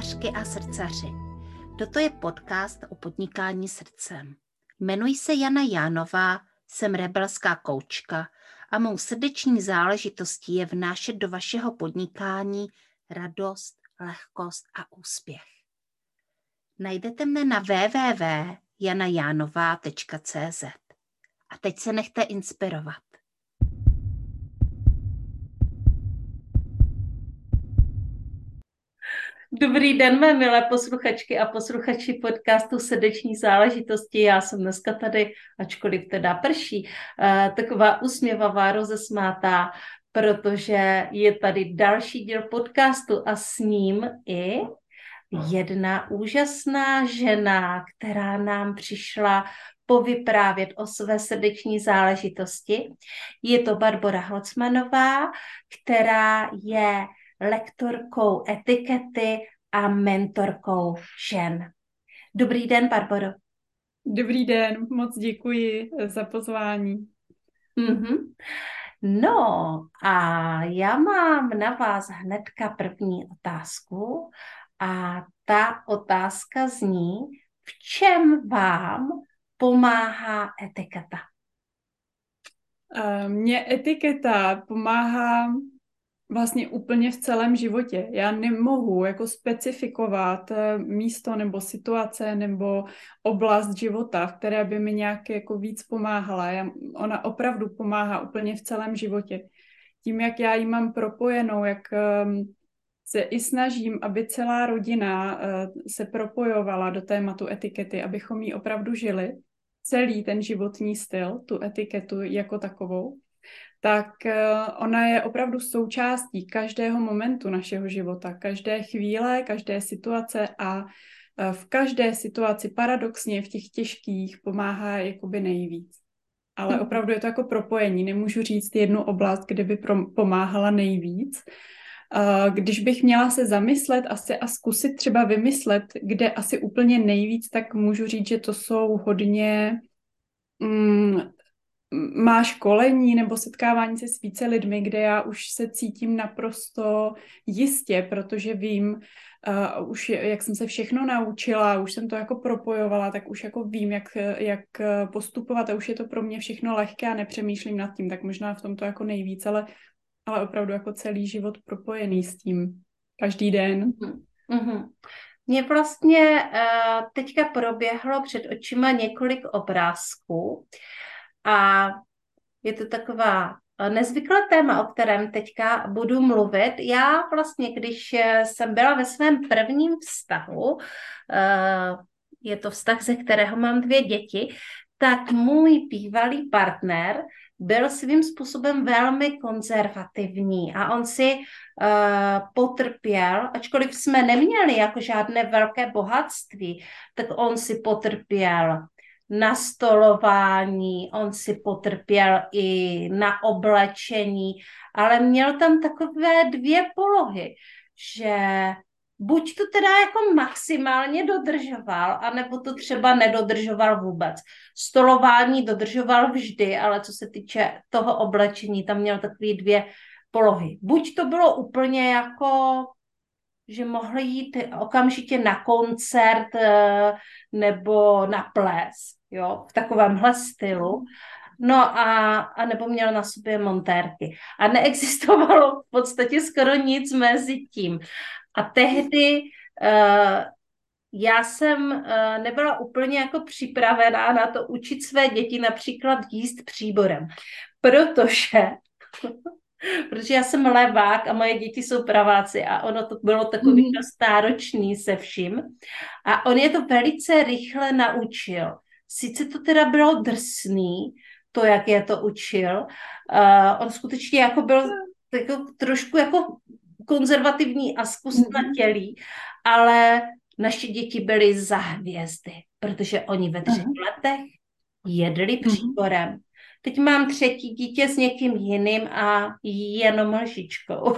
srdcařky a srdcaři. Toto je podcast o podnikání srdcem. Jmenuji se Jana Jánová, jsem rebelská koučka a mou srdeční záležitostí je vnášet do vašeho podnikání radost, lehkost a úspěch. Najdete mne na www.janajanova.cz. A teď se nechte inspirovat. Dobrý den, mé milé posluchačky a posluchači podcastu Srdeční záležitosti. Já jsem dneska tady, ačkoliv teda prší, taková usměvavá, rozesmátá, protože je tady další díl podcastu a s ním i jedna úžasná žena, která nám přišla povyprávět o své srdeční záležitosti. Je to Barbora Holcmanová, která je lektorkou etikety a mentorkou žen. Dobrý den, Barboro. Dobrý den, moc děkuji za pozvání. Mm-hmm. No a já mám na vás hnedka první otázku a ta otázka zní, v čem vám pomáhá etiketa? Mně etiketa pomáhá vlastně úplně v celém životě. Já nemohu jako specifikovat místo nebo situace nebo oblast života, v které by mi nějak jako víc pomáhala. Ona opravdu pomáhá úplně v celém životě. Tím, jak já ji mám propojenou, jak se i snažím, aby celá rodina se propojovala do tématu etikety, abychom ji opravdu žili, celý ten životní styl, tu etiketu jako takovou, tak ona je opravdu součástí každého momentu našeho života, každé chvíle, každé situace a v každé situaci paradoxně v těch těžkých pomáhá jakoby nejvíc. Ale opravdu je to jako propojení. Nemůžu říct jednu oblast, kde by pomáhala nejvíc. Když bych měla se zamyslet asi a zkusit třeba vymyslet, kde asi úplně nejvíc, tak můžu říct, že to jsou hodně má školení nebo setkávání se s více lidmi, kde já už se cítím naprosto jistě, protože vím, už jak jsem se všechno naučila, už jsem to jako propojovala, tak už jako vím, jak postupovat a už je to pro mě všechno lehké a nepřemýšlím nad tím, tak možná v tom to jako nejvíc, ale opravdu jako celý život propojený s tím. Každý den. Mm-hmm. Mně vlastně teďka proběhlo před očima několik obrázků a je to taková nezvyklé téma, o kterém teďka budu mluvit. Já vlastně, když jsem byla ve svém prvním vztahu, je to vztah, ze kterého mám 2 děti, tak můj bývalý partner byl svým způsobem velmi konzervativní a on si potrpěl, ačkoliv jsme neměli jako žádné velké bohatství, tak on si potrpěl na stolování, on si potrpěl i na oblečení, ale měl tam takové 2 polohy, že buď to teda jako maximálně dodržoval, anebo to třeba nedodržoval vůbec. Stolování dodržoval vždy, ale co se týče toho oblečení, tam měl takové 2 polohy. Buď to bylo úplně jako, že mohli jít okamžitě na koncert nebo na ples, jo, v takovémhle stylu. No a nebo měl na sobě montérky. A neexistovalo v podstatě skoro nic mezi tím. A tehdy já jsem nebyla úplně jako připravená na to učit své děti například jíst příborem, protože já jsem levák a moje děti jsou praváci a ono to bylo takový dost náročný se vším. A on je to velice rychle naučil. Sice to teda bylo drsný, to, jak je to učil. On skutečně jako byl trošku jako konzervativní a zkusnatělý, ale naše děti byly za hvězdy, protože oni ve 3 letech jedli příborem. Teď mám 3. dítě s někým jiným a jenom lžičkou.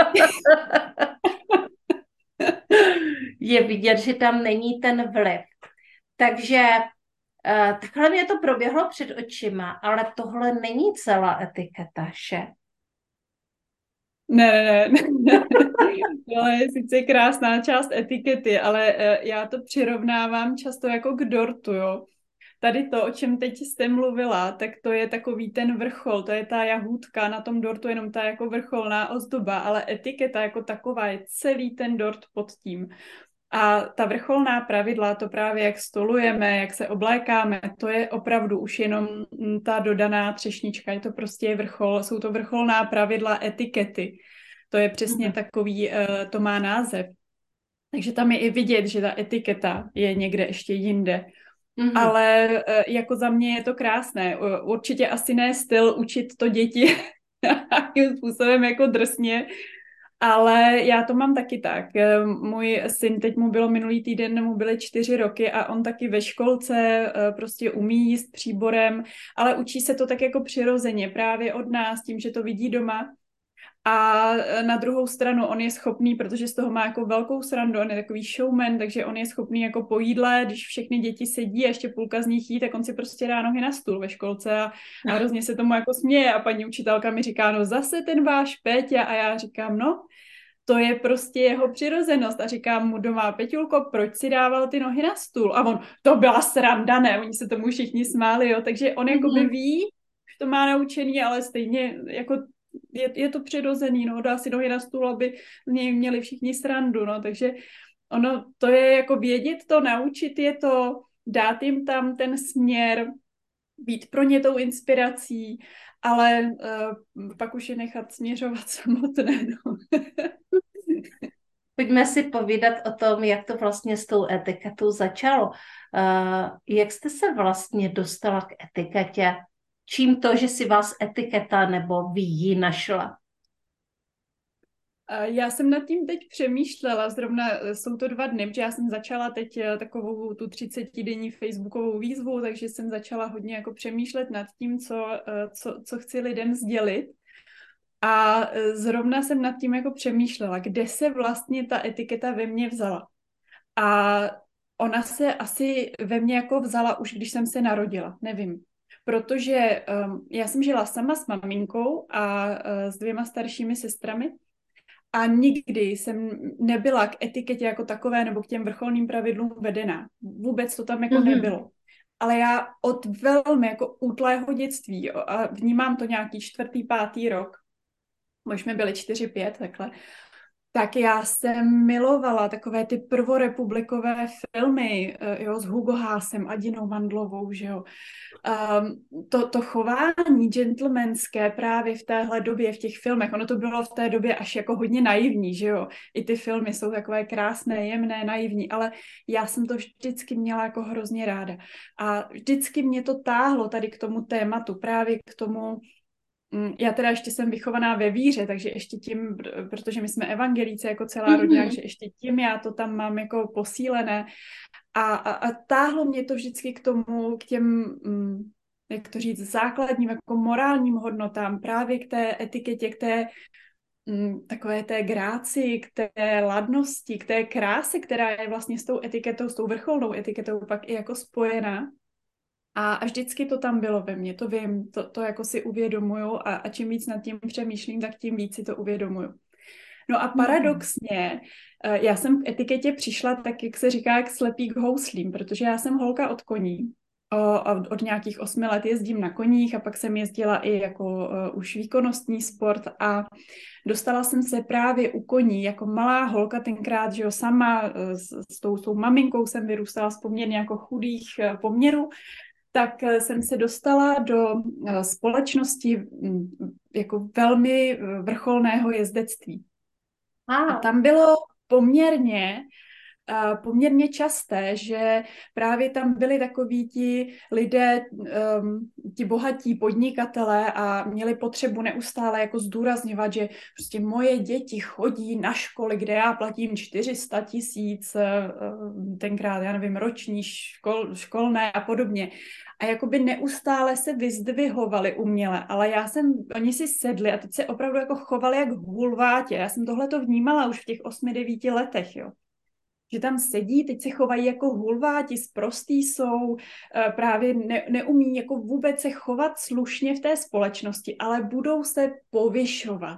Je vidět, že tam není ten vliv. Takže takhle mě to proběhlo před očima, ale tohle není celá etiketa, že? Ne. To je sice krásná část etikety, ale já to přirovnávám často jako k dortu, jo. Tady to, o čem teď jste mluvila, tak to je takový ten vrchol, to je ta jahůdka na tom dortu, jenom ta jako vrcholná ozdoba, ale etiketa jako taková je celý ten dort pod tím. A ta vrcholná pravidla, to právě jak stolujeme, jak se oblékáme, to je opravdu už jenom ta dodaná třešnička, je to prostě vrchol, jsou to vrcholná pravidla etikety. To je přesně takový, to má název. Takže tam je i vidět, že ta etiketa je někde ještě jinde. Ale jako za mě je to krásné. Určitě asi ne styl učit to děti nějakým způsobem jako drsně, ale já to mám taky tak. Můj syn, teď mu bylo minulý týden, mu byly 4 roky a on taky ve školce prostě umí jíst příborem, ale učí se to tak jako přirozeně právě od nás, tím, že to vidí doma. A na druhou stranu on je schopný, protože z toho má jako velkou srandu, on je takový showman, takže on je schopný jako po jídle, když všechny děti sedí a ještě půlka z nich jí, tak on si prostě dá nohy na stůl ve školce a hrozně se tomu jako směje a paní učitelka mi říká, no zase ten váš Péťa a já říkám, no to je prostě jeho přirozenost a říkám mu doma, Peťulko, proč si dával ty nohy na stůl? A on, to byla sranda, ne? Oni se tomu všichni smáli, jo, takže on jakoby ví, že to má naučený, ale stejně jako je to přirozený, no, dá si nohy na stůl, aby z něj měli všichni srandu, no, takže ono, to je jako vědět to, naučit je to, dát jim tam ten směr, být pro ně tou inspirací, ale pak už je nechat směřovat samotné, no. Pojďme si povídat o tom, jak to vlastně s tou etiketou začalo. Jak jste se vlastně dostala k etiketě? Čím to, že si vás etiketa nebo vy ji našla? Já jsem nad tím teď přemýšlela, zrovna jsou to 2 dny, protože já jsem začala teď takovou tu 30denní facebookovou výzvu, takže jsem začala hodně jako přemýšlet nad tím, co chci lidem sdělit. A zrovna jsem nad tím jako přemýšlela, kde se vlastně ta etiketa ve mně vzala. A ona se asi ve mně jako vzala už, když jsem se narodila, nevím. Protože já jsem žila sama s maminkou a s 2 staršími sestrami a nikdy jsem nebyla k etiketě jako takové nebo k těm vrcholným pravidlům vedená. Vůbec to tam jako nebylo. Ale já od velmi jako útlého dětství, jo, a vnímám to nějaký 4., 5. rok, možná byly 4, 5, takhle, tak já jsem milovala takové ty prvorepublikové filmy, jo, s Hugo Hásem a Dinou Mandlovou, že jo. To chování gentlemanské právě v téhle době, v těch filmech, ono to bylo v té době až jako hodně naivní, že jo. I ty filmy jsou takové krásné, jemné, naivní, ale já jsem to vždycky měla jako hrozně ráda. A vždycky mě to táhlo tady k tomu tématu, právě k tomu. Já teda ještě jsem vychovaná ve víře, takže ještě tím, protože my jsme evangelíci jako celá rodina, takže ještě tím já to tam mám jako posílené. A táhlo mě to vždycky k tomu, k těm, jak to říct, základním jako morálním hodnotám, právě k té etiketě, k té takové té gráci, k té ladnosti, k té kráse, která je vlastně s tou etiketou, s tou vrcholnou etiketou pak i jako spojená. A vždycky to tam bylo ve mně, to vím, to jako si uvědomuju a čím víc nad tím přemýšlím, tak tím víc si to uvědomuju. No a paradoxně, já jsem k etiketě přišla tak, jak se říká, jak slepý k houslím, protože já jsem holka od koní. Od nějakých 8 let jezdím na koních a pak jsem jezdila i jako už výkonnostní sport a dostala jsem se právě u koní jako malá holka tenkrát, že jo, sama s tou maminkou jsem vyrůstala z poměrně jako chudých poměrů, tak jsem se dostala do společnosti jako velmi vrcholného jezdectví. A tam bylo poměrně časté, že právě tam byli takoví ti lidé, ti bohatí podnikatelé a měli potřebu neustále jako zdůrazňovat, že prostě moje děti chodí na školy, kde já platím 400 000, tenkrát, já nevím, roční školné a podobně. A jakoby neustále se vyzdvihovali uměle, ale oni si sedli a teď se opravdu jako chovali jak hulvátě. Já jsem tohle to vnímala už v těch 8-9 letech, jo. Že tam sedí, teď se chovají jako hulváti, sprostý jsou, právě neumí jako vůbec se chovat slušně v té společnosti, ale budou se povyšovat.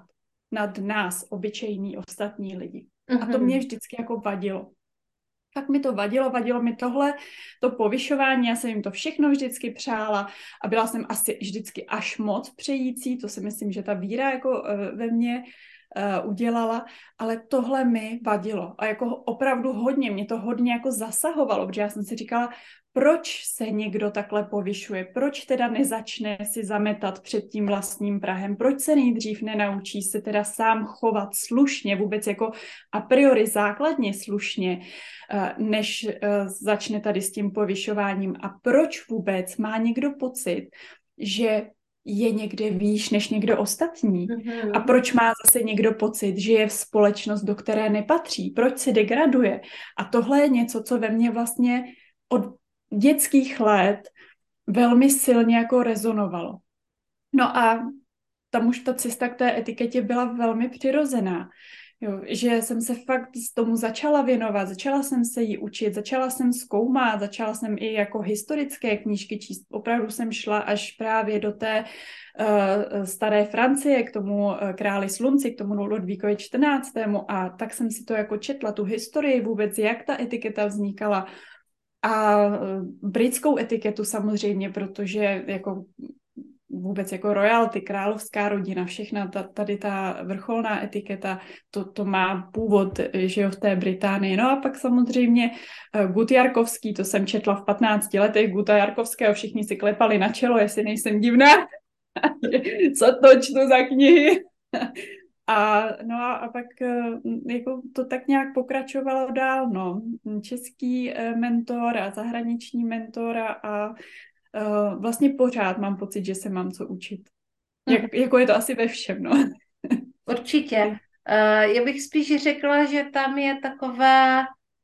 nad nás, obyčejný ostatní lidi. A to mě vždycky jako vadilo. Tak mi to vadilo mi tohle, to povyšování, já jsem jim to všechno vždycky přála a byla jsem asi vždycky až moc přející, to si myslím, že ta víra jako ve mně udělala, ale tohle mi vadilo a jako opravdu hodně, mě to hodně jako zasahovalo, protože já jsem si říkala, proč se někdo takhle povyšuje, proč teda nezačne si zametat před tím vlastním prahem, proč se nejdřív nenaučí se teda sám chovat slušně, vůbec jako a priori základně slušně, než začne tady s tím povyšováním a proč vůbec má někdo pocit, že je někde výš než někdo ostatní. A proč má zase někdo pocit, že je v společnost, do které nepatří? Proč se degraduje? A tohle je něco, co ve mně vlastně od dětských let velmi silně jako rezonovalo. No a tam už ta cesta k té etiketě byla velmi přirozená. Jo, že jsem se fakt z tomu začala věnovat, začala jsem se jí učit, začala jsem zkoumat, začala jsem i jako historické knížky číst. Opravdu jsem šla až právě do té staré Francie, k tomu králi slunci, k tomu Ludvíkovi 14. A tak jsem si to jako četla, tu historii vůbec, jak ta etiketa vznikala. A britskou etiketu samozřejmě, protože jako vůbec jako royalty, královská rodina, všechna tady ta vrcholná etiketa, to má původ, že jo, v té Británii. No a pak samozřejmě Gutjarkovský, to jsem četla v 15 letech, Gutjarkovského, všichni si klepali na čelo, jestli nejsem divná, co to čtu za knihy. A pak jako to tak nějak pokračovalo dál, no. Český mentor a zahraniční mentor a vlastně pořád mám pocit, že se mám co učit. Jako je to asi ve všem, no. Určitě. Já bych spíš řekla, že tam je takové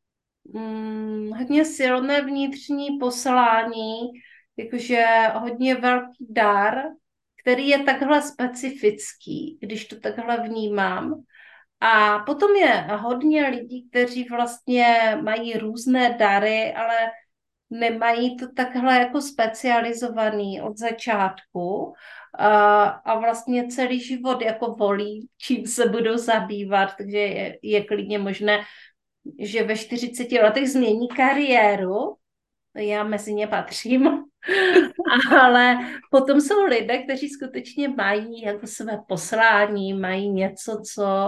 hodně silné vnitřní poslání, jakože hodně velký dar, který je takhle specifický, když to takhle vnímám. A potom je hodně lidí, kteří vlastně mají různé dary, ale nemají to takhle jako specializovaný od začátku a vlastně celý život jako volí, čím se budou zabývat, takže je klidně možné, že ve 40 letech změní kariéru, já mezi ně patřím, ale potom jsou lidé, kteří skutečně mají jako své poslání, mají něco,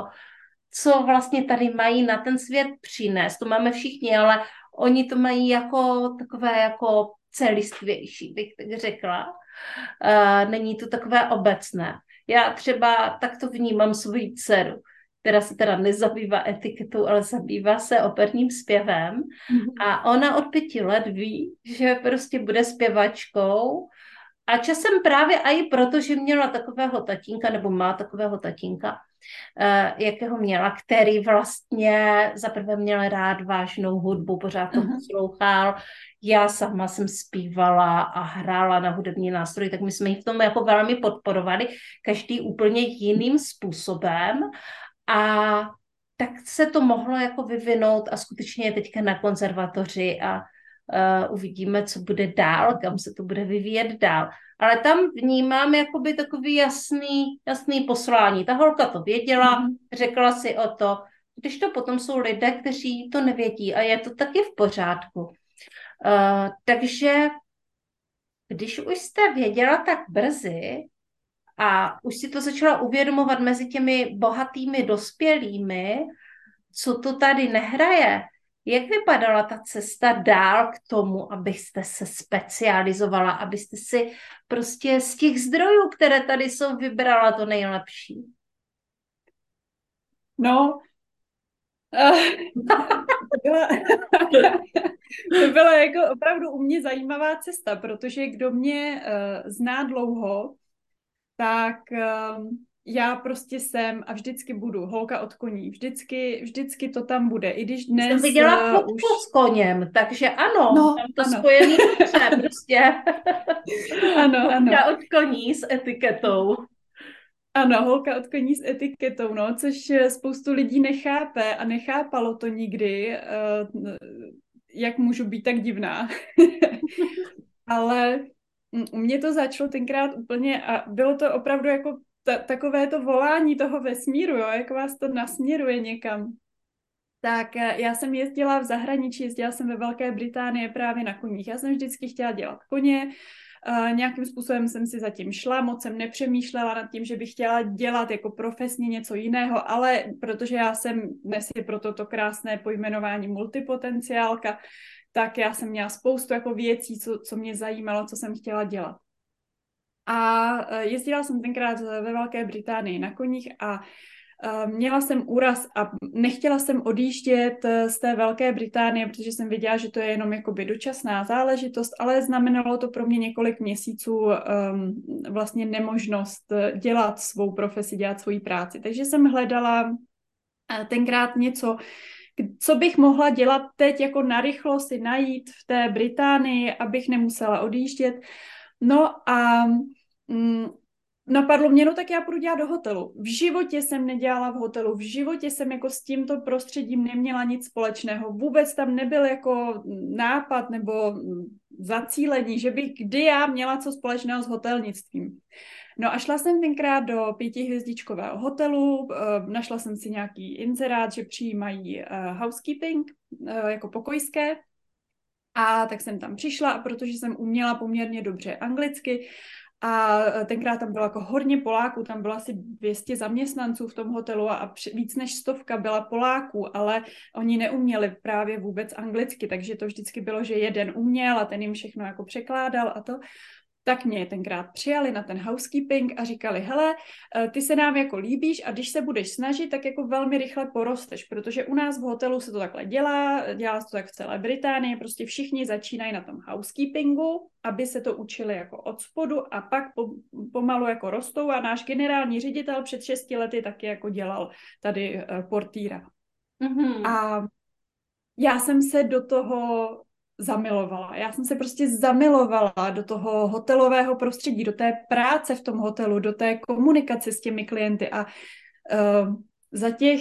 co vlastně tady mají na ten svět přinést. To máme všichni, ale oni to mají jako takové jako celistvější, bych tak řekla. Není to takové obecné. Já třeba takto vnímám svoji dceru, která se teda nezabývá etiketou, ale zabývá se operním zpěvem. A ona od 5 let ví, že prostě bude zpěvačkou. A časem právě i proto, že měla takového tatínka, nebo má takového tatínka, jakého měla, který vlastně zaprvé měl rád vážnou hudbu, pořád to poslouchal. Já sama jsem zpívala a hrála na hudební nástroji, tak my jsme ji v tom jako velmi podporovali, každý úplně jiným způsobem. A tak se to mohlo jako vyvinout a skutečně je teďka na konzervatoři a uvidíme, co bude dál, kam se to bude vyvíjet dál. Ale tam vnímám jakoby takový jasný poslání. Ta holka to věděla, řekla si o to, když to potom jsou lidé, kteří to nevědí a je to taky v pořádku. Takže když už jste věděla tak brzy a už si to začala uvědomovat mezi těmi bohatými dospělými, co to tady nehraje, jak vypadala ta cesta dál k tomu, abyste se specializovala, abyste si prostě z těch zdrojů, které tady jsou, vybrala to nejlepší? No, to byla jako opravdu u mě zajímavá cesta, protože kdo mě zná dlouho, tak já prostě jsem a vždycky budu holka od koní. Vždycky to tam bude. I když dnes jsem viděla fotku s koněm, takže ano, no, tam to spojený dobře, prostě. Ano. Holka od koní s etiketou. Ano, holka od koní s etiketou, no, což spoustu lidí nechápe a nechápalo to nikdy, jak můžu být tak divná. Ale u mě to začalo tenkrát úplně a bylo to opravdu jako takové to volání toho vesmíru, jo, jak vás to nasměruje někam. Tak já jsem jezdila v zahraničí, jezdila jsem ve Velké Británii právě na koních. Já jsem vždycky chtěla dělat koně, nějakým způsobem jsem si zatím šla, moc jsem nepřemýšlela nad tím, že bych chtěla dělat jako profesně něco jiného, ale protože já jsem, dnes je proto to krásné pojmenování multipotenciálka, tak já jsem měla spoustu jako věcí, co mě zajímalo, co jsem chtěla dělat. A jezdila jsem tenkrát ve Velké Británii na koních a měla jsem úraz a nechtěla jsem odjíždět z té Velké Británie, protože jsem viděla, že to je jenom jakoby dočasná záležitost, ale znamenalo to pro mě několik měsíců vlastně nemožnost dělat svou profesi, dělat svoji práci. Takže jsem hledala tenkrát něco, co bych mohla dělat teď jako narychlo si najít v té Británii, abych nemusela odjíždět. No a napadlo mě, no tak já půjdu dělat do hotelu. V životě jsem nedělala v hotelu, v životě jsem jako s tímto prostředím neměla nic společného. Vůbec tam nebyl jako nápad nebo zacílení, že bych kdy já měla co společného s hotelnictvím. No a šla jsem tenkrát do 5hvězdičkového hotelu, našla jsem si nějaký inzerát, že přijímají housekeeping jako pokojské. A tak jsem tam přišla a protože jsem uměla poměrně dobře anglicky a tenkrát tam bylo jako hodně Poláků, tam bylo asi 200 zaměstnanců v tom hotelu a víc než 100 byla Poláků, ale oni neuměli právě vůbec anglicky, takže to vždycky bylo, že jeden uměl a ten jim všechno jako překládal a to. Tak mě tenkrát přijali na ten housekeeping a říkali, hele, ty se nám jako líbíš a když se budeš snažit, tak jako velmi rychle porosteš, protože u nás v hotelu se to takhle dělá se to tak v celé Británii, prostě všichni začínají na tom housekeepingu, aby se to učili jako od spodu a pak pomalu jako rostou a náš generální ředitel před 6 lety taky jako dělal tady portýra. Mm-hmm. A já jsem se do toho zamilovala. Já jsem se prostě zamilovala do toho hotelového prostředí, do té práce v tom hotelu, do té komunikace s těmi klienty a za těch,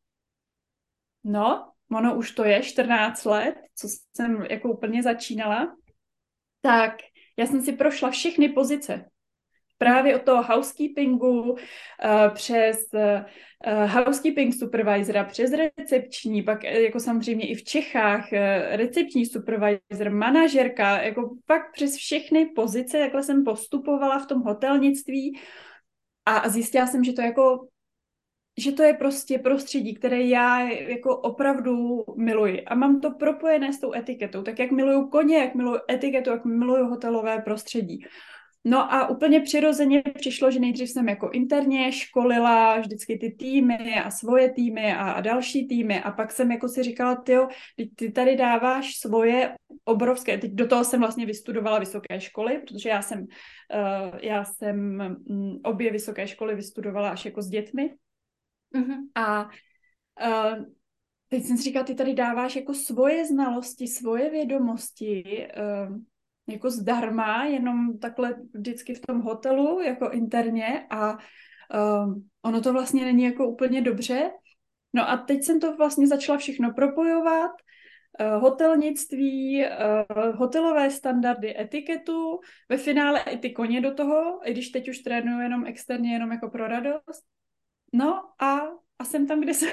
ono už to je 14 let, co jsem jako úplně začínala, tak já jsem si prošla všechny pozice. Právě od toho housekeepingu přes housekeeping supervisora, přes recepční, pak jako samozřejmě i v Čechách recepční supervisor, manažerka, jako pak přes všechny pozice, takhle jsem postupovala v tom hotelnictví a zjistila jsem, že to je prostě prostředí, které já jako opravdu miluji. A mám to propojené s tou etiketou, tak jak miluju koně, jak miluju etiketu, jak miluju hotelové prostředí. No a úplně přirozeně přišlo, že nejdřív jsem jako interně školila vždycky ty týmy a svoje týmy a další týmy a pak jsem jako si říkala, tyjo, ty tady dáváš svoje obrovské, teď do toho jsem vlastně vystudovala vysoké školy, protože já jsem obě vysoké školy vystudovala až jako s dětmi. Mm-hmm. A teď jsem si říkala, ty tady dáváš jako svoje znalosti, svoje vědomosti, jako zdarma, jenom takhle vždycky v tom hotelu, jako interně a ono to vlastně není jako úplně dobře. No a teď jsem to vlastně začala všechno propojovat, hotelnictví, hotelové standardy, etiketu, ve finále i ty koně do toho, i když teď už trénuju jenom externě, jenom jako pro radost. No a jsem tam, kde jsem.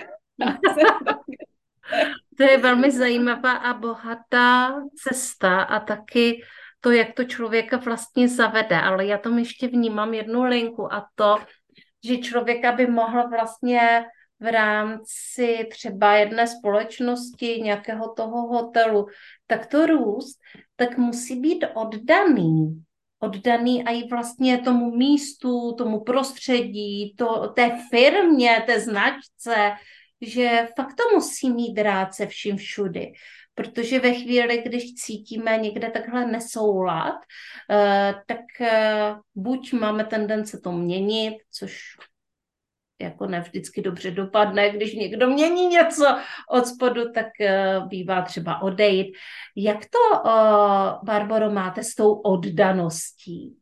To je velmi zajímavá a bohatá cesta a taky to, jak to člověka vlastně zavede. Ale já tam ještě vnímám jednu linku a to, že člověka by mohl vlastně v rámci třeba jedné společnosti, nějakého toho hotelu, tak to růst, tak musí být oddaný a i vlastně tomu místu, tomu prostředí, té firmě, té značce, že fakt to musí mít rád se vším všudy. Protože ve chvíli, když cítíme někde takhle nesoulad, tak buď máme tendence to měnit, což jako ne vždycky dobře dopadne, když někdo mění něco od spodu, tak bývá třeba odejít. Jak to, Barboro, máte s tou oddaností?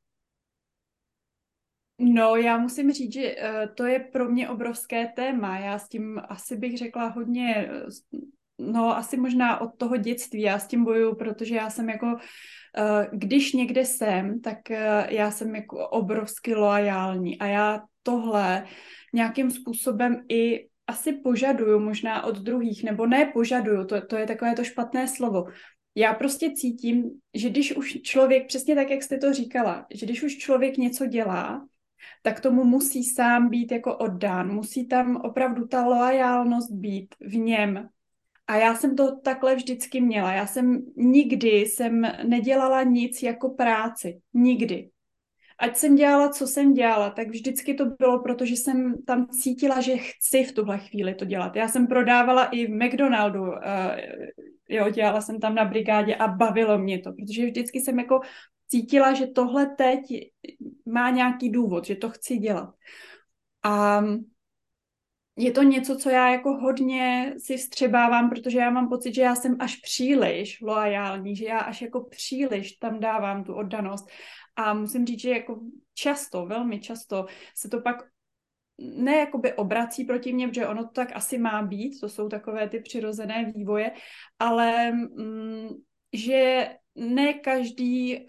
No, já musím říct, že to je pro mě obrovské téma. Já s tím asi bych řekla hodně no asi možná od toho dětství já s tím bojuju, protože já jsem jako, když někde jsem, tak já jsem jako obrovsky loajální a já tohle nějakým způsobem i asi požaduju možná od druhých, nebo ne požaduju, to je takové to špatné slovo. Já prostě cítím, že když už člověk, přesně tak, jak jste to říkala, že když už člověk něco dělá, tak tomu musí sám být jako oddán, musí tam opravdu ta loajálnost být v něm. A já jsem to takhle vždycky měla. Nikdy jsem nedělala nic jako práci. Nikdy. Ať jsem dělala, co jsem dělala, tak vždycky to bylo, protože jsem tam cítila, že chci v tuhle chvíli to dělat. Já jsem prodávala i v McDonaldu, jo, dělala jsem tam na brigádě a bavilo mě to, protože vždycky jsem jako cítila, že tohle teď má nějaký důvod, že to chci dělat. A je to něco, co já jako hodně si vstřebávám, protože já mám pocit, že já jsem až příliš loajální, že já až jako příliš tam dávám tu oddanost. A musím říct, že jako často, velmi často se to pak ne jakoby obrací proti mně, protože ono to tak asi má být, to jsou takové ty přirozené vývoje, ale že ne každý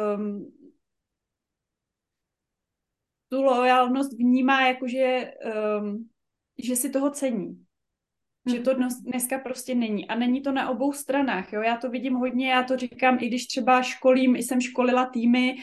tu loajálnost vnímá jako, že si toho cení. Že to dneska prostě není. A není to na obou stranách. Jo? Já to vidím hodně, já to říkám, i když třeba školím, jsem školila týmy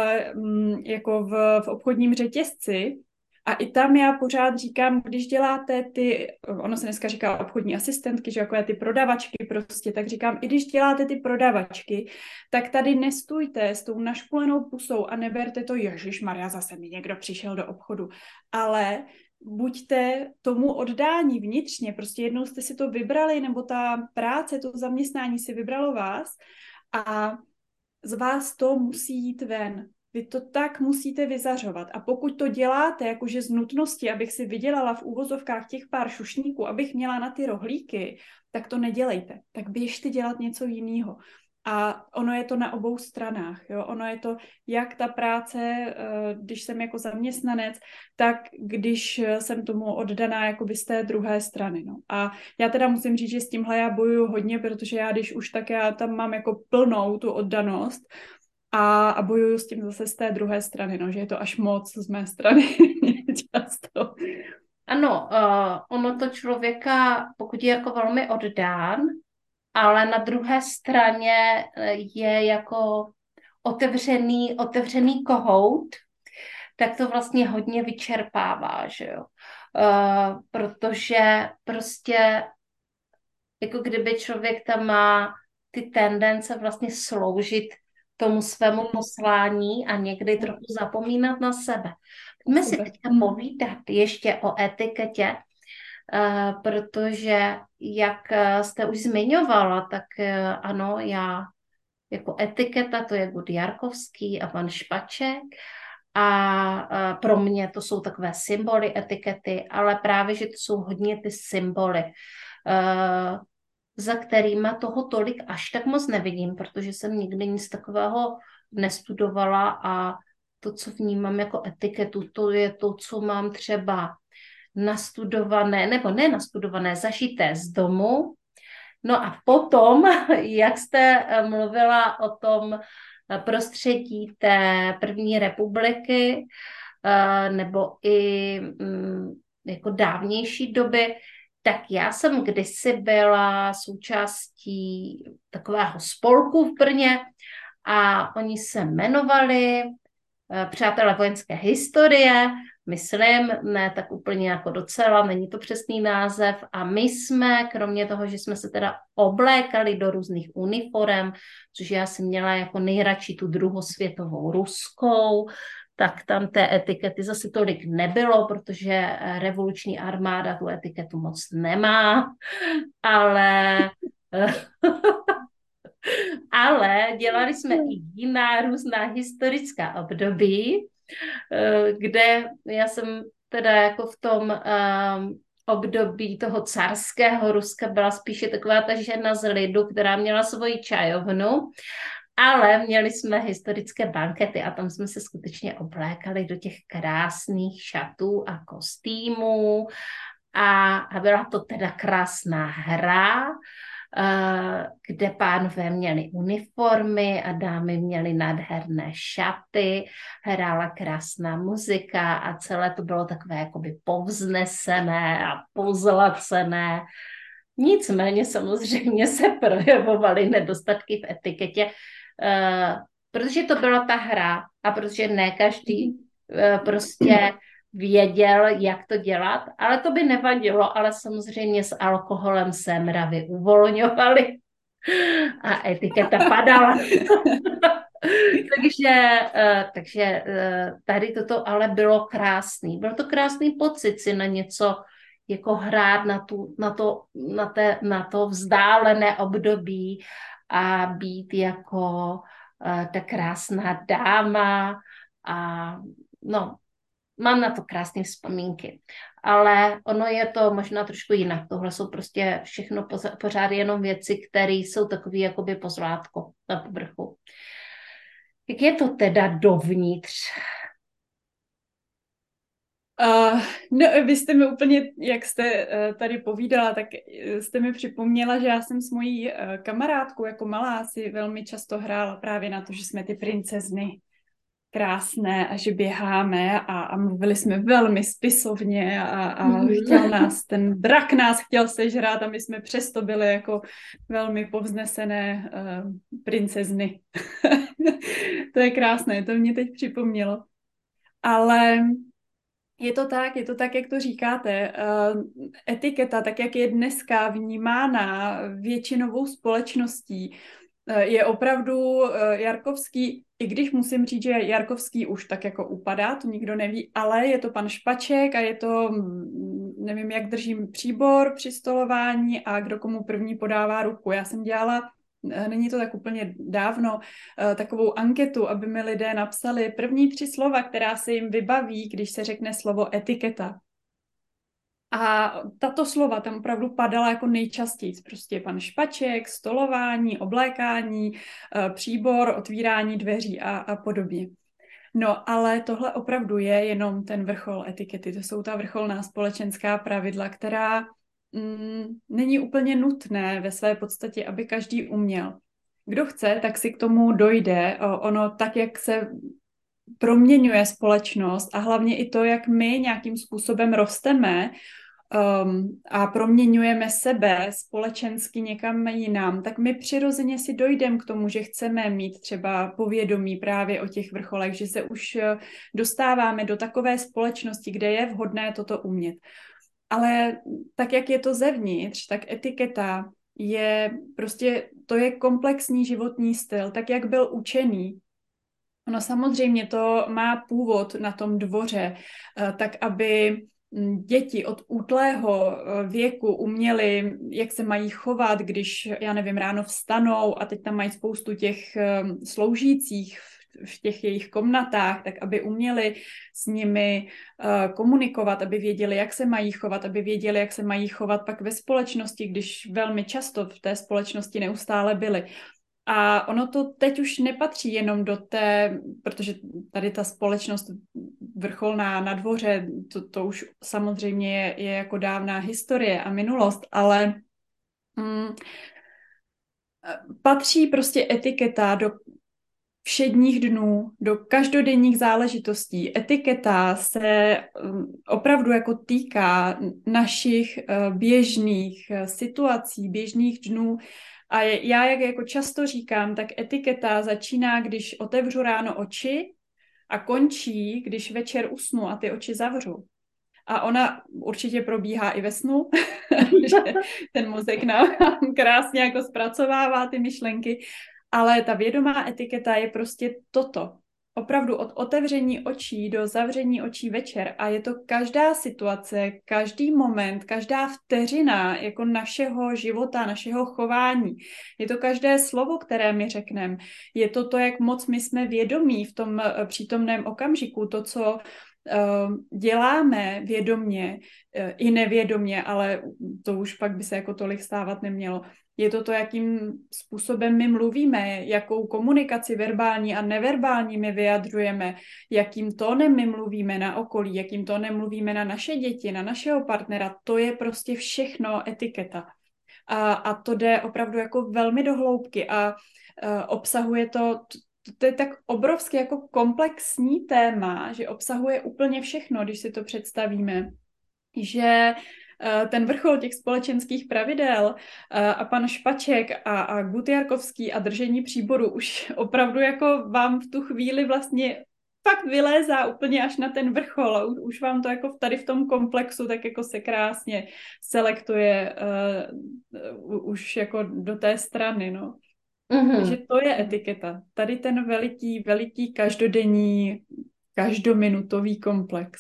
jako v obchodním řetězci, a i tam já pořád říkám, když děláte ono se dneska říká obchodní asistentky, že jako ty prodavačky prostě, tak říkám, i když děláte ty prodavačky, tak tady nestůjte s tou naškulenou pusou a neberte to, ježišmarja, zase mi někdo přišel do obchodu. Ale buďte tomu oddání vnitřně, prostě jednou jste si to vybrali, nebo ta práce, to zaměstnání si vybralo vás a z vás to musí jít ven. Vy to tak musíte vyzařovat. A pokud to děláte jakože z nutnosti, abych si vydělala v úvozovkách těch pár šušníků, abych měla na ty rohlíky, tak to nedělejte. Tak běžte dělat něco jiného. A ono je to na obou stranách. Jo? Ono je to jak ta práce, když jsem jako zaměstnanec, tak když jsem tomu oddaná jakoby z té druhé strany. No. A já teda musím říct, že s tímhle já bojuju hodně, protože já když už tak já tam mám jako plnou tu oddanost a bojuju s tím zase z té druhé strany, no, že je to až moc z mé strany často. Ano, ono to člověka, pokud je jako velmi oddán, ale na druhé straně je jako otevřený kohout, tak to vlastně hodně vyčerpává, že jo. Protože prostě jako kdyby člověk tam má ty tendence vlastně sloužit tomu svému poslání a někdy trochu zapomínat na sebe. Pojďme si teďka povídat ještě o etiketě, protože jak jste už zmiňovala, tak ano, já jako etiketa, to je Gud Jarkovský a pan Špaček a pro mě to jsou takové symboly etikety, ale právě, že to jsou hodně ty symboly, za kterýma toho tolik až tak moc nevidím, protože jsem nikdy nic takového nestudovala a to, co vnímám jako etiketu, to je to, co mám třeba nastudované, nebo ne nastudované, zažité z domu. No a potom, jak jste mluvila o tom prostředí té první republiky, nebo i jako dávnější doby, tak já jsem kdysi byla součástí takového spolku v Brně a oni se jmenovali Přátelé vojenské historie, myslím, ne tak úplně jako docela, není to přesný název a my jsme, kromě toho, že jsme se teda oblékali do různých uniform, což já jsem měla jako nejradši tu druhosvětovou ruskou, tak tam té etikety zase tolik nebylo, protože revoluční armáda tu etiketu moc nemá, ale ale dělali jsme i jiná různá historická období, kde já jsem teda jako v tom období toho carského Ruska byla spíše taková ta žena z lidu, která měla svoji čajovnu, ale měli jsme historické bankety a tam jsme se skutečně oblékali do těch krásných šatů a kostýmů A byla to teda krásná hra, kde pánové měli uniformy a dámy měly nádherné šaty, hrála krásná muzika a celé to bylo takové jakoby povznesené a pozlacené. Nicméně samozřejmě se projevovaly nedostatky v etiketě, protože to byla ta hra a protože ne každý prostě věděl, jak to dělat, ale to by nevadilo, ale samozřejmě s alkoholem se mravy uvolňovaly a etiketa padala. takže tady toto ale bylo krásný. Byl to krásný pocit si na něco jako hrát na to vzdálené období a být jako ta krásná dáma a no, mám na to krásné vzpomínky, ale ono je to možná trošku jinak. Tohle jsou prostě všechno pořád jenom věci, které jsou takové jakoby pozlátko na povrchu. Jak je to teda dovnitř? No, vy jste mi úplně, jak jste tady povídala, tak jste mi připomněla, že já jsem s mojí kamarádkou jako malá si velmi často hrála právě na to, že jsme ty princezny krásné a že běháme a mluvili jsme velmi spisovně a chtěl nás, ten drak nás chtěl sežrát a my jsme přesto byli jako velmi povznesené princezny. To je krásné, to mě teď připomnělo. Ale je to tak, jak to říkáte. Etiketa, tak jak je dneska vnímána většinovou společností, je opravdu Jarkovský, i když musím říct, že Jarkovský už tak jako upadá, to nikdo neví, ale je to pan Špaček a je to, nevím, jak držím příbor při stolování a kdo komu první podává ruku. Já jsem dělala, není to tak úplně dávno, takovou anketu, aby mi lidé napsali první 3 slova, která se jim vybaví, když se řekne slovo etiketa. A tato slova tam opravdu padala jako nejčastěji. Prostě pan Špaček, stolování, oblékání, příbor, otvírání dveří a podobně. No, ale tohle opravdu je jenom ten vrchol etikety. To jsou ta vrcholná společenská pravidla, která není úplně nutné ve své podstatě, aby každý uměl. Kdo chce, tak si k tomu dojde. Ono tak, jak se proměňuje společnost a hlavně i to, jak my nějakým způsobem rosteme a proměňujeme sebe společensky někam jinam, tak my přirozeně si dojdeme k tomu, že chceme mít třeba povědomí právě o těch vrcholech, že se už dostáváme do takové společnosti, kde je vhodné toto umět. Ale tak, jak je to zevnitř, tak etiketa je prostě, to je komplexní životní styl, tak jak byl učený. No samozřejmě to má původ na tom dvoře, tak aby děti od útlého věku uměly, jak se mají chovat, když, já nevím, ráno vstanou a teď tam mají spoustu těch sloužících v těch jejich komnatách, tak aby uměli s nimi komunikovat, aby věděli, jak se mají chovat, aby věděli, jak se mají chovat pak ve společnosti, když velmi často v té společnosti neustále byli. A ono to teď už nepatří jenom do té, protože tady ta společnost vrcholná na dvoře, to už samozřejmě je jako dávná historie a minulost, ale patří prostě etiketa do všedních dnů, do každodenních záležitostí. Etiketa se opravdu jako týká našich běžných situací, běžných dnů. A já, jak jako často říkám, tak etiketa začíná, když otevřu ráno oči a končí, když večer usnu a ty oči zavřu. A ona určitě probíhá i ve snu, že ten mozek nám krásně jako zpracovává ty myšlenky, ale ta vědomá etiketa je prostě toto. Opravdu od otevření očí do zavření očí večer a je to každá situace, každý moment, každá vteřina jako našeho života, našeho chování. Je to každé slovo, které my řekneme. Je to to, jak moc my jsme vědomí v tom přítomném okamžiku, to, co děláme vědomně i nevědomně, ale to už pak by se jako tolik stávat nemělo. Je to, jakým způsobem my mluvíme, jakou komunikaci verbální a neverbální my vyjadřujeme, jakým tónem my mluvíme na okolí, jakým tónem mluvíme na naše děti, na našeho partnera. To je prostě všechno etiketa. A to jde opravdu jako velmi do hloubky a obsahuje to je tak obrovský jako komplexní téma, že obsahuje úplně všechno, když si to představíme, že ten vrchol těch společenských pravidel a pan Špaček a Gutjarkovský a držení příboru už opravdu jako vám v tu chvíli vlastně fakt vylézá úplně až na ten vrchol a už vám to jako tady v tom komplexu tak jako se krásně selektuje už jako do té strany, no. Takže to je etiketa. Tady ten veliký každodenní, každominutový komplex.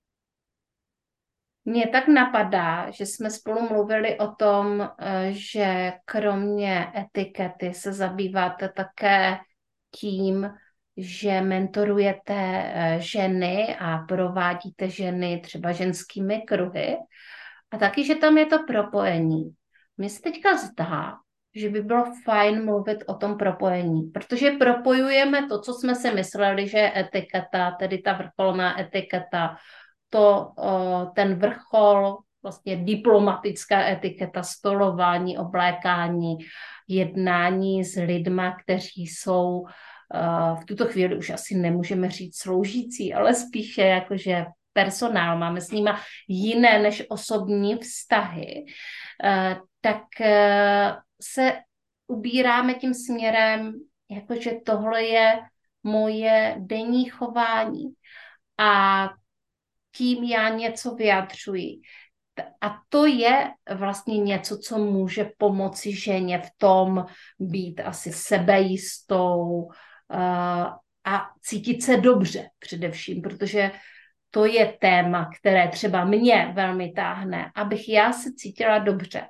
Mně tak napadá, že jsme spolu mluvili o tom, že kromě etikety se zabýváte také tím, že mentorujete ženy a provádíte ženy třeba ženskými kruhy a taky, že tam je to propojení. Mně se teďka zdá, že by bylo fajn mluvit o tom propojení, protože propojujeme to, co jsme si mysleli, že je etiketa, tedy ta vrcholná etiketa, ten vrchol, vlastně diplomatická etiketa, stolování, oblékání, jednání s lidma, kteří jsou v tuto chvíli už asi nemůžeme říct sloužící, ale spíše jakože personál, máme s nima jiné než osobní vztahy, tak se ubíráme tím směrem, jakože tohle je moje denní chování a tím já něco vyjadřuji. A to je vlastně něco, co může pomoci ženě v tom být asi sebejistou a cítit se dobře především, protože to je téma, které třeba mě velmi táhne, abych já se cítila dobře.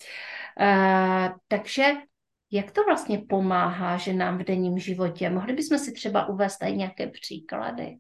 Takže jak to vlastně pomáhá ženám v denním životě? Mohli bychom si třeba uvést tady nějaké příklady?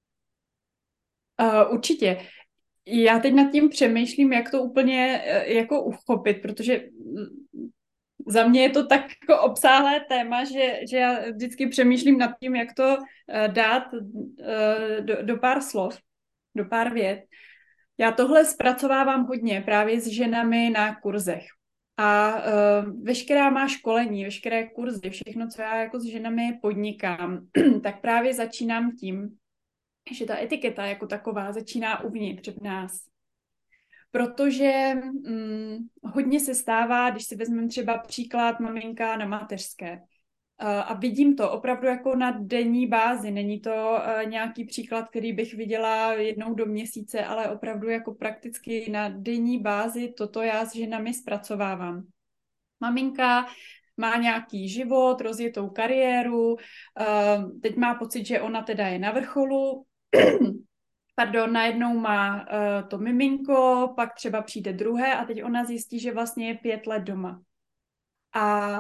Určitě. Já teď nad tím přemýšlím, jak to úplně jako uchopit, protože za mě je to tak jako obsáhlé téma, že já vždycky přemýšlím nad tím, jak to dát do pár slov, do pár vět. Já tohle zpracovávám hodně právě s ženami na kurzech. A veškerá má školení, veškeré kurzy, všechno, co já jako s ženami podnikám, tak právě začínám tím, že ta etiketa jako taková začíná uvnitř v nás. Protože hodně se stává, když si vezmeme třeba příklad maminka na mateřské. A vidím to opravdu jako na denní bázi. Není to nějaký příklad, který bych viděla jednou do měsíce, ale opravdu jako prakticky na denní bázi toto já s ženami zpracovávám. Maminka má nějaký život, rozjetou kariéru, teď má pocit, že ona teda je na vrcholu, najednou má to miminko, pak třeba přijde druhé a teď ona zjistí, že vlastně je 5 let doma. A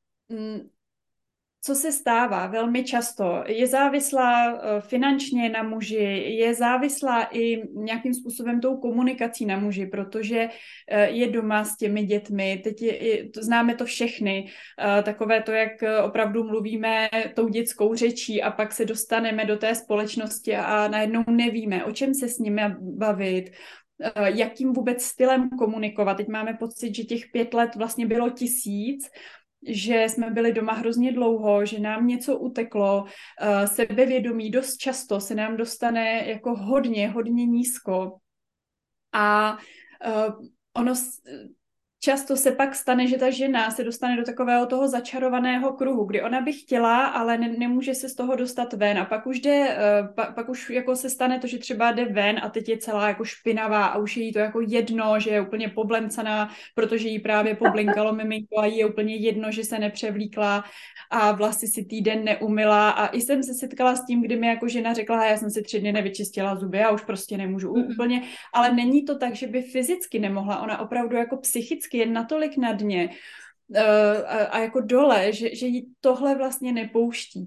co se stává velmi často? Je závislá finančně na muži, je závislá i nějakým způsobem tou komunikací na muži, protože je doma s těmi dětmi. Teď známe to všechny. Takové to, jak opravdu mluvíme tou dětskou řečí a pak se dostaneme do té společnosti a najednou nevíme, o čem se s nimi bavit, jakým vůbec stylem komunikovat. Teď máme pocit, že těch 5 let vlastně bylo 1000, že jsme byli doma hrozně dlouho, že nám něco uteklo, sebevědomí dost často se nám dostane jako hodně nízko. A ono často se pak stane, že ta žena se dostane do takového toho začarovaného kruhu, kdy ona by chtěla, ale nemůže se z toho dostat ven. A pak už pak už jako se stane to, že třeba jde ven a teď je celá jako špinavá a už je jí to jako jedno, že je úplně poblencaná, protože jí právě poblinkalo miminko a jí je úplně jedno, že se nepřevlíkla a vlasy si týden neumyla. A i jsem se setkala s tím, kdy mi jako žena řekla, já jsem si 3 dny nevyčistila zuby a už prostě nemůžu úplně, ale není to tak, že by fyzicky nemohla, ona opravdu jako psychicky je natolik na dně a jako dole, že jí tohle vlastně nepouští.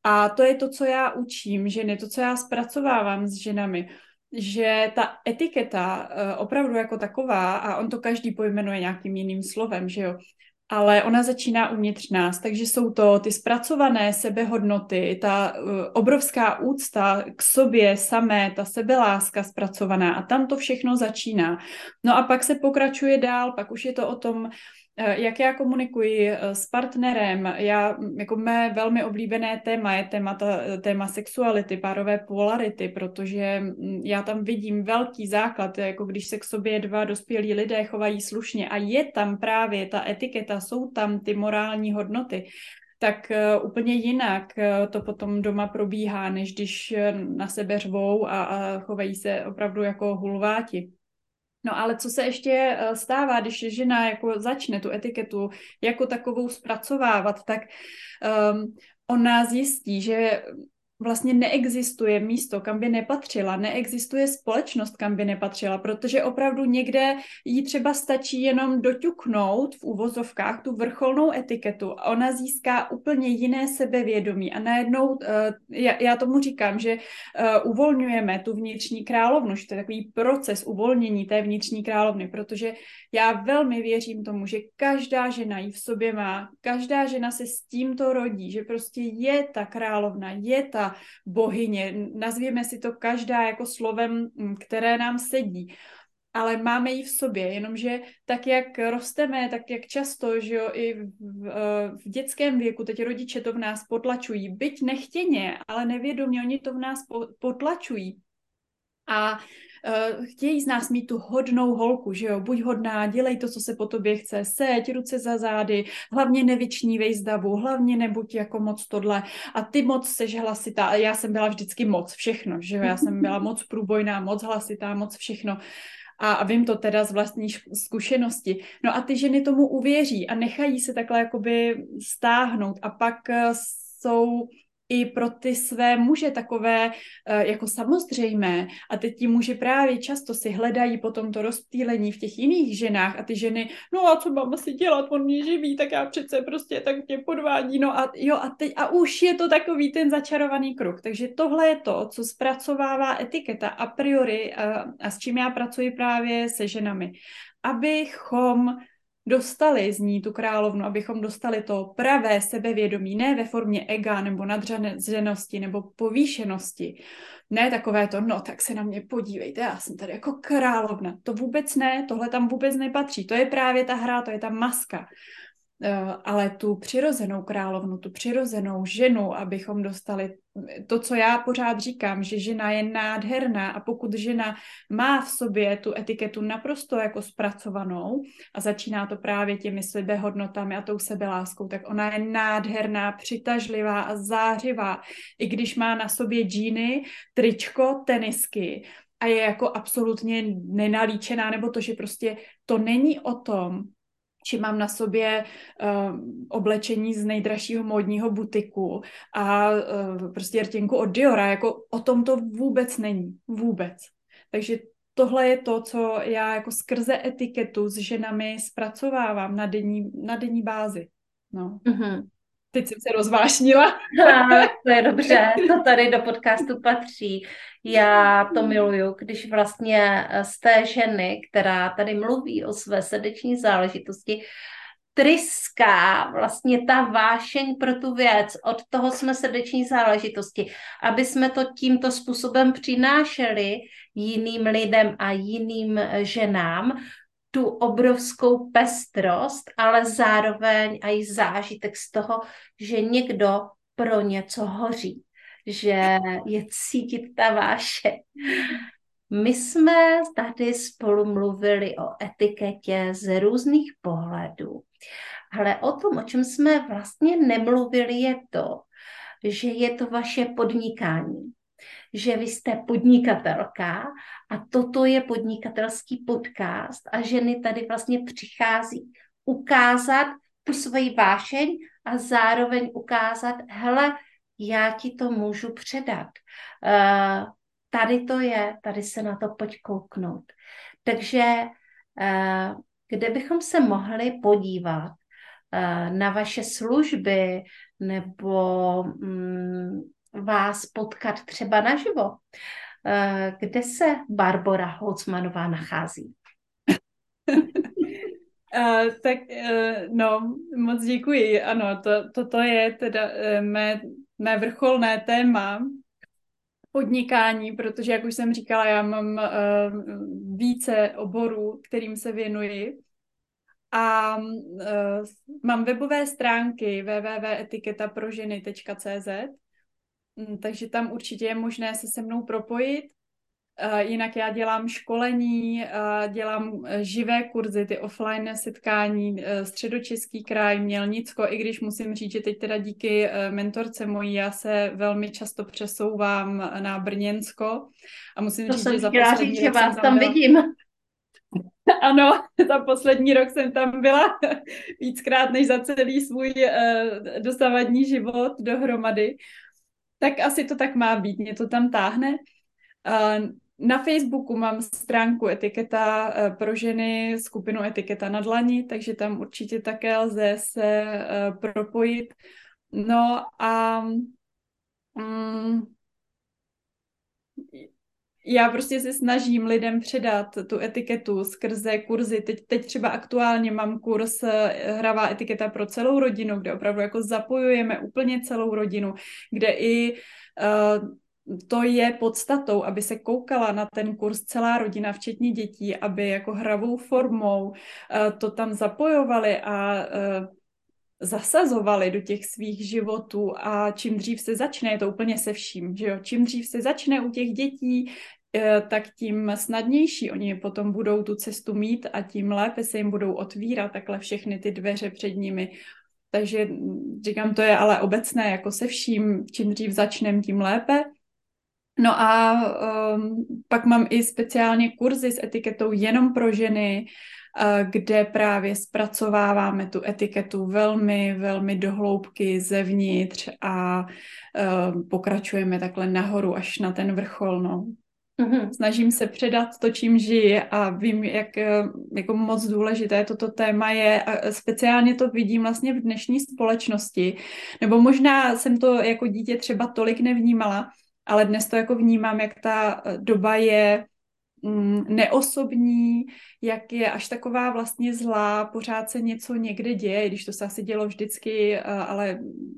A to je to, co já učím ženy, to, co já zpracovávám s ženami, že ta etiketa opravdu jako taková, a on to každý pojmenuje nějakým jiným slovem, že jo, ale ona začíná uvnitř nás, takže jsou to ty zpracované sebehodnoty, ta obrovská úcta k sobě samé, ta sebeláska zpracovaná a tam to všechno začíná. No a pak se pokračuje dál, pak už je to o tom, jak já komunikuji s partnerem. Jako mé velmi oblíbené téma je téma sexuality, párové polarity, protože já tam vidím velký základ, jako když se k sobě dva dospělí lidé chovají slušně a je tam právě ta etiketa, jsou tam ty morální hodnoty, tak úplně jinak to potom doma probíhá, než když na sebe řvou a chovají se opravdu jako hulváti. No ale co se ještě stává, když žena jako začne tu etiketu jako takovou zpracovávat, tak ona zjistí, že vlastně neexistuje místo, kam by nepatřila, neexistuje společnost, kam by nepatřila, protože opravdu někde jí třeba stačí jenom doťuknout v úvozovkách tu vrcholnou etiketu a ona získá úplně jiné sebevědomí a najednou, já tomu říkám, že uvolňujeme tu vnitřní královnu, že to je takový proces uvolnění té vnitřní královny, protože já velmi věřím tomu, že každá žena ji v sobě má, každá žena se s tímto rodí, že prostě je ta královna, je ta bohyně, nazvěme si to každá jako slovem, které nám sedí, ale máme ji v sobě, jenomže tak, jak rosteme, tak jak často, že jo, i v dětském věku, teď rodiče to v nás potlačují, byť nechtěně, ale nevědomě, oni to v nás potlačují. A chtějí z nás mít tu hodnou holku, že jo, buď hodná, dělej to, co se po tobě chce, seď ruce za zády, hlavně nevyčnívej z davu, hlavně nebuď jako moc tohle a ty moc seš hlasitá, já jsem byla vždycky moc všechno, že jo, já jsem byla moc průbojná, moc hlasitá, moc všechno a vím to teda z vlastní zkušenosti. No a ty ženy tomu uvěří a nechají se takhle jakoby stáhnout a pak jsou i pro ty své muže takové jako samozřejmé a teď ti muži právě často si hledají potom to rozptýlení v těch jiných ženách a ty ženy, no a co mám asi dělat, on mě živí, tak já přece prostě tak mě podvádí, no a jo a už je to takový ten začarovaný kruh, takže tohle je to, co zpracovává etiketa a priori a s čím já pracuji právě se ženami, abychom dostali z ní tu královnu, abychom dostali to pravé sebevědomí, ne ve formě ega nebo nadřazenosti nebo povýšenosti. Ne takové to, no tak se na mě podívejte, já jsem tady jako královna. To vůbec ne, tohle tam vůbec nepatří. To je právě ta hra, to je ta maska. Ale tu přirozenou královnu, tu přirozenou ženu, abychom dostali to, co já pořád říkám, že žena je nádherná a pokud žena má v sobě tu etiketu naprosto jako zpracovanou a začíná to právě těmi sebehodnotami a tou sebeláskou, tak ona je nádherná, přitažlivá a zářivá. I když má na sobě džíny, tričko, tenisky a je jako absolutně nenalíčená, nebo to, že prostě to není o tom, či mám na sobě oblečení z nejdražšího módního butiku a prostě rtěnku od Diora, jako o tom to vůbec není. Vůbec. Takže tohle je to, co já jako skrze etiketu s ženami zpracovávám na denní bázi. No. Mm-hmm. Teď jsem se rozvášnila. To je dobře, to tady do podcastu patří. Já to miluju, když vlastně z té ženy, která tady mluví o své srdeční záležitosti, tryská vlastně ta vášeň pro tu věc. Od toho jsme srdeční záležitosti, aby jsme to tímto způsobem přinášeli jiným lidem a jiným ženám, tu obrovskou pestrost, ale zároveň i zážitek z toho, že někdo pro něco hoří, že je cítit ta vášeň. My jsme tady spolu mluvili o etiketě z různých pohledů, ale o tom, o čem jsme vlastně nemluvili, je to, že je to vaše podnikání, že vy jste podnikatelka a toto je podnikatelský podcast a ženy tady vlastně přichází ukázat tu svoji vášeň a zároveň ukázat, hele, já ti to můžu předat. Tady to je, tady se na to pojď kouknout. Takže kde bychom se mohli podívat na vaše služby, nebo vás potkat třeba naživo. Kde se Barbora Holcmanová nachází? No, moc děkuji. Ano, toto je teda mé vrcholné téma podnikání, protože, jak už jsem říkala, já mám více oborů, kterým se věnuji. A mám webové stránky www.etiketaproženy.cz, takže tam určitě je možné se mnou propojit. Jinak já dělám školení, dělám živé kurzy, ty offline setkání, Středočeský kraj, Mělnicko, i když musím říct, že teď teda díky mentorce mojí já se velmi často přesouvám na Brněnsko a musím říct, že za poslední rok vás tam vidím. Ano, za poslední rok jsem tam byla víckrát než za celý svůj dosavadní život dohromady. Tak asi to tak má být, mě to tam táhne. Na Facebooku mám stránku Etiketa pro ženy, skupinu Etiketa na dlani, takže tam určitě také lze se propojit. No a já prostě se snažím lidem předat tu etiketu skrze kurzy. Teď třeba aktuálně mám kurz Hravá etiketa pro celou rodinu, kde opravdu jako zapojujeme úplně celou rodinu, kde i to je podstatou, aby se koukala na ten kurz celá rodina, včetně dětí, aby jako hravou formou to tam zapojovali a zasazovali do těch svých životů a čím dřív se začne, je to úplně se vším, že jo? Čím dřív se začne u těch dětí, tak tím snadnější oni potom budou tu cestu mít a tím lépe se jim budou otvírat takhle všechny ty dveře před nimi. Takže říkám, to je ale obecné jako se vším, čím dřív začneme, tím lépe. No a pak mám i speciálně kurzy s etiketou jenom pro ženy, kde právě zpracováváme tu etiketu velmi, velmi dohloubky zevnitř a pokračujeme takhle nahoru až na ten vrchol. No. Snažím se předat to, čím žiji a vím, jak jako moc důležité toto téma je a speciálně to vidím vlastně v dnešní společnosti, nebo možná jsem to jako dítě třeba tolik nevnímala, ale dnes to jako vnímám, jak ta doba je neosobní, jak je až taková vlastně zlá, pořád se něco někde děje, když to se asi dělo vždycky, ale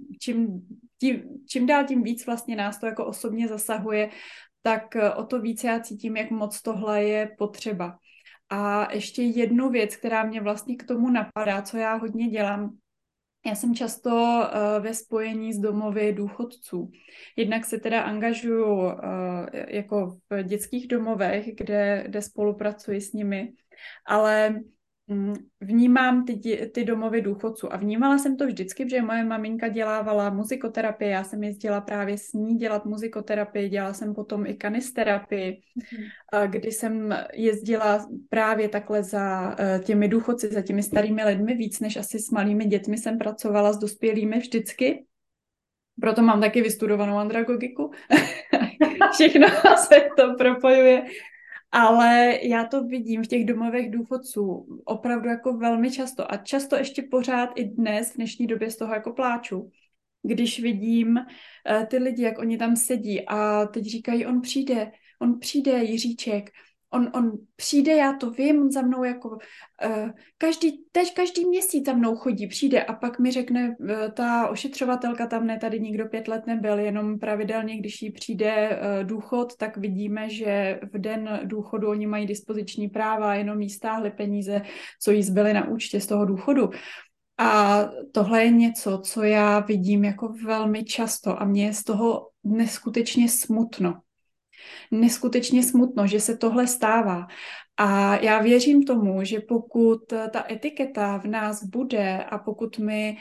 čím dál tím víc vlastně nás to jako osobně zasahuje, tak o to víc já cítím, jak moc tohle je potřeba. A ještě jednu věc, která mě vlastně k tomu napadá, co já hodně dělám. Já jsem často ve spojení s domovy důchodců. Jednak se teda angažuju jako v dětských domovech, kde spolupracuji s nimi, ale vnímám ty domovy důchodců a vnímala jsem to vždycky, protože moje maminka dělávala muzikoterapii, já jsem jezdila právě s ní dělat muzikoterapii, dělala jsem potom i kanisterapii, kdy jsem jezdila právě takhle za těmi důchodci, za těmi starými lidmi, víc než asi s malými dětmi jsem pracovala, s dospělými vždycky. Proto mám taky vystudovanou andragogiku. Všechno se to propojuje. Ale já to vidím v těch domovech důchodců opravdu jako velmi často a často ještě pořád i dnes, v dnešní době z toho jako pláču, když vidím ty lidi, jak oni tam sedí a teď říkají, on přijde Jiříček, on přijde, já to vím, on za mnou jako každý měsíc za mnou chodí, přijde a pak mi řekne ta ošetřovatelka, tam ne, tady nikdo 5 let nebyl, jenom pravidelně, když jí přijde důchod, tak vidíme, že v den důchodu oni mají dispoziční práva, jenom jí stáhly peníze, co jí zbyly na účtě z toho důchodu. A tohle je něco, co já vidím jako velmi často a mně je z toho neskutečně smutno. Neskutečně smutno, že se tohle stává. A já věřím tomu, že pokud ta etiketa v nás bude a pokud my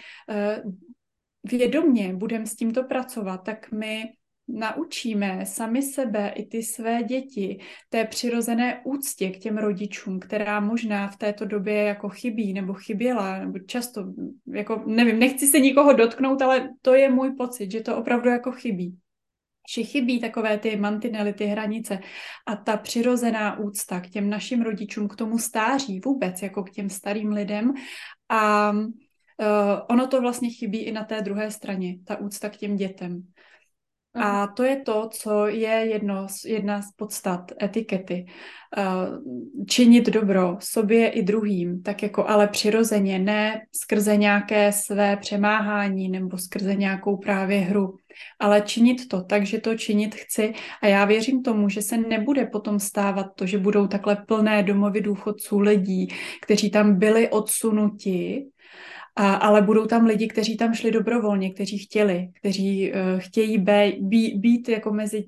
vědomě budeme s tímto pracovat, tak my naučíme sami sebe i ty své děti té přirozené úctě k těm rodičům, která možná v této době jako chybí nebo chyběla, nebo často, jako nevím, nechci se nikoho dotknout, ale to je můj pocit, že to opravdu jako chybí. Že chybí takové ty mantinely, ty hranice a ta přirozená úcta k těm našim rodičům, k tomu stáří vůbec, jako k těm starým lidem a ono to vlastně chybí i na té druhé straně, ta úcta k těm dětem. Mhm. A to je to, co je jedna z podstat etikety. Činit dobro sobě i druhým, tak jako ale přirozeně, ne skrze nějaké své přemáhání nebo skrze nějakou právě hru, ale činit to tak, že to činit chci. A já věřím tomu, že se nebude potom stávat to, že budou takhle plné domovy důchodců lidí, kteří tam byli odsunuti, ale budou tam lidi, kteří tam šli dobrovolně, kteří chtěli, kteří chtějí být jako mezi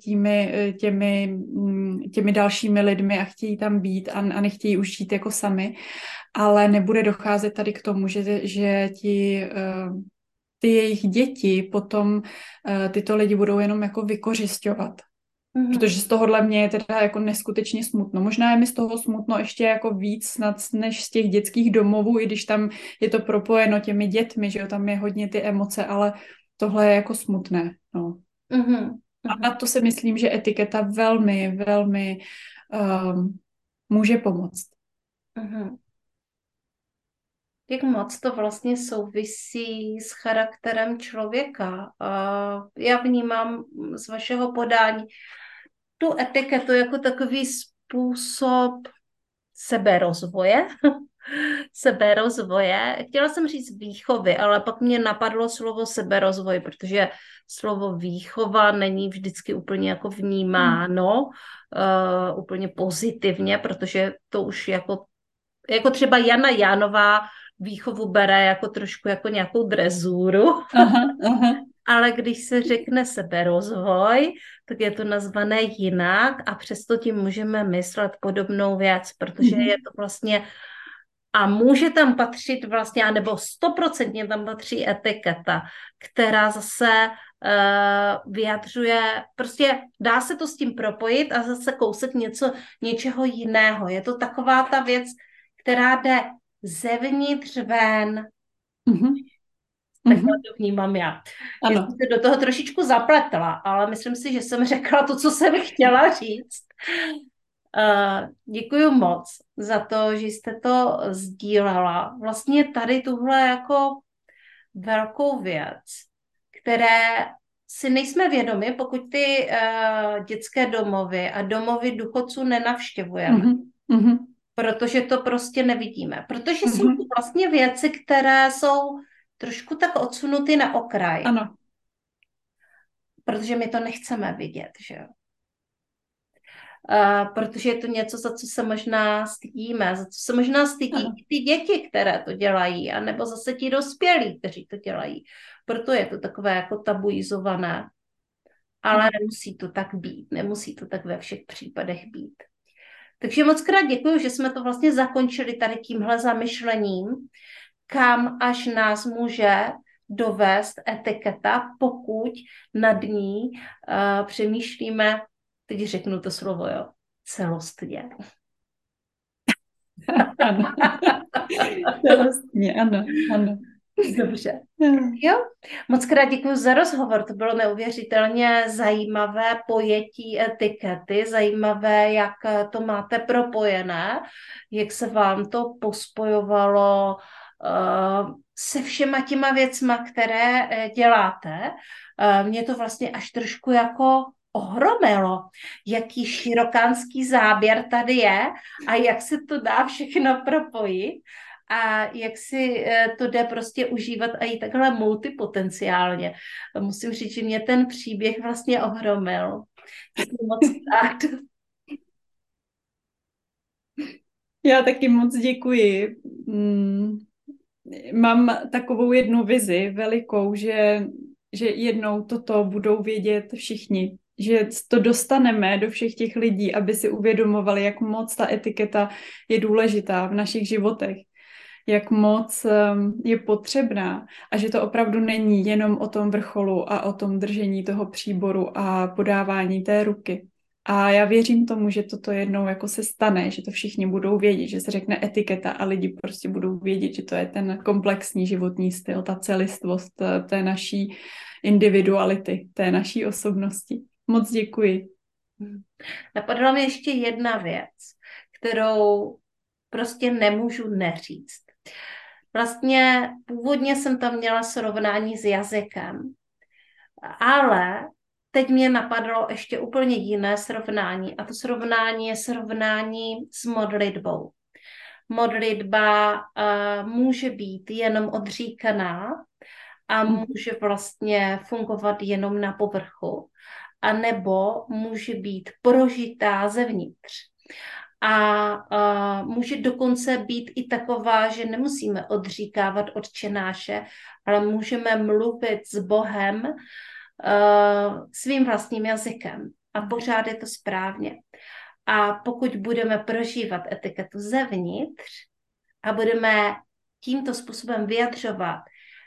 těmi dalšími lidmi a chtějí tam být a nechtějí už žít jako sami, ale nebude docházet tady k tomu, že ty jejich děti potom tyto lidi budou jenom jako vykořisťovat. Mhm. Protože z tohohle mě je teda jako neskutečně smutno. Možná je mi z toho smutno ještě jako víc snad než z těch dětských domovů, i když tam je to propojeno těmi dětmi, že jo, tam je hodně ty emoce, ale tohle je jako smutné, no. Mhm. A to si myslím, že etiketa velmi, velmi může pomoct. Mhm. Jak moc to vlastně souvisí s charakterem člověka. Já vnímám z vašeho podání tu etiketu jako takový způsob seberozvoje. Seberozvoje. Chtěla jsem říct výchovy, ale pak mě napadlo slovo seberozvoj, protože slovo výchova není vždycky úplně jako vnímáno úplně pozitivně, protože to už jako třeba Jana Jánová výchovu bere jako trošku jako nějakou drezúru, Aha, aha. ale když se řekne seberozvoj, tak je to nazvané jinak a přesto tím můžeme myslet podobnou věc, protože je Mhm. to vlastně a může tam patřit vlastně, anebo 100% tam patří etiketa, která zase vyjadřuje, prostě dá se to s tím propojit a zase kousek něčeho jiného. Je to taková ta věc, která jde zevnitř ven. Mhm. Takhle Mhm. to vnímám já. Já jsem Ano. se do toho trošičku zapletla, ale myslím si, že jsem řekla to, co jsem chtěla říct. Děkuju moc za to, že jste to sdílela. Vlastně tady tuhle jako velkou věc, které si nejsme vědomi, pokud ty dětské domovy a domovy důchodců nenavštěvujeme, Mhm. Mhm. protože to prostě nevidíme. Protože jsou to Mhm. vlastně věci, které jsou trošku tak odsunuty na okraj, Ano. protože my to nechceme vidět, že jo. Protože je to něco, za co se možná stydíme, za co se možná stydí Ano. i ty děti, které to dělají, anebo zase ti dospělí, kteří to dělají. Proto je to takové jako tabuizované. Ale Ano. nemusí to tak být, nemusí to tak ve všech případech být. Takže moc krát děkuji, že jsme to vlastně zakončili tady tímhle zamyšlením, kam až nás může dovést etiketa, pokud nad ní přemýšlíme, teď řeknu to slovo, jo, celostně. Ano. Celostně, ano, ano. Dobře. Jo, moc krát děkuji za rozhovor, to bylo neuvěřitelně zajímavé pojetí etikety, zajímavé, jak to máte propojené, jak se vám to pospojovalo se všema těma věcma, které děláte. Mě to vlastně až trošku jako ohromilo, jaký širokánský záběr tady je a jak se to dá všechno propojit a jak si to jde prostě užívat a i takhle multipotenciálně. Musím říct, že mě ten příběh vlastně ohromil. Děkuji moc krát. Já taky moc děkuji. Mám takovou jednu vizi velikou, že jednou toto budou vědět všichni, že to dostaneme do všech těch lidí, aby si uvědomovali, jak moc ta etiketa je důležitá v našich životech, jak moc je potřebná a že to opravdu není jenom o tom vrcholu a o tom držení toho příboru a podávání té ruky. A já věřím tomu, že toto jednou jako se stane, že to všichni budou vědět, že se řekne etiketa a lidi prostě budou vědět, že to je ten komplexní životní styl, ta celistvost té naší individuality, té naší osobnosti. Moc děkuji. Napadla mi ještě jedna věc, kterou prostě nemůžu neříct. Vlastně původně jsem tam měla srovnání s jazykem, ale teď mě napadlo ještě úplně jiné srovnání a to srovnání je srovnání s modlitbou. Modlitba může být jenom odříkaná a může vlastně fungovat jenom na povrchu, anebo může být prožitá zevnitř. A může dokonce být i taková, že nemusíme odříkávat Otčenáše, ale můžeme mluvit s Bohem svým vlastním jazykem. A pořád je to správně. A pokud budeme prožívat etiketu zevnitř a budeme tímto způsobem vyjadřovat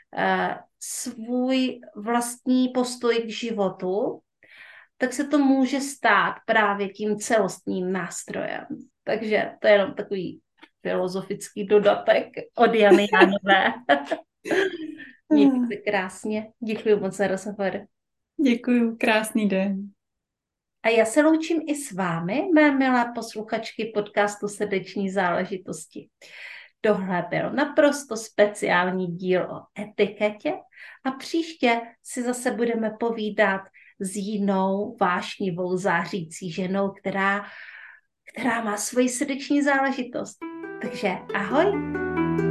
svůj vlastní postoj k životu, tak se to může stát právě tím celostním nástrojem. Takže to je jenom takový filozofický dodatek od Jany Jánové. Mějte se krásně. Děkuji moc za rozhovor. Děkuji, krásný den. A já se loučím i s vámi, mé milé posluchačky podcastu Srdeční záležitosti. Tohle byl naprosto speciální díl o etiketě a příště si zase budeme povídat s jinou vášnivou zářící ženou, která má svoji srdeční záležitost. Takže ahoj!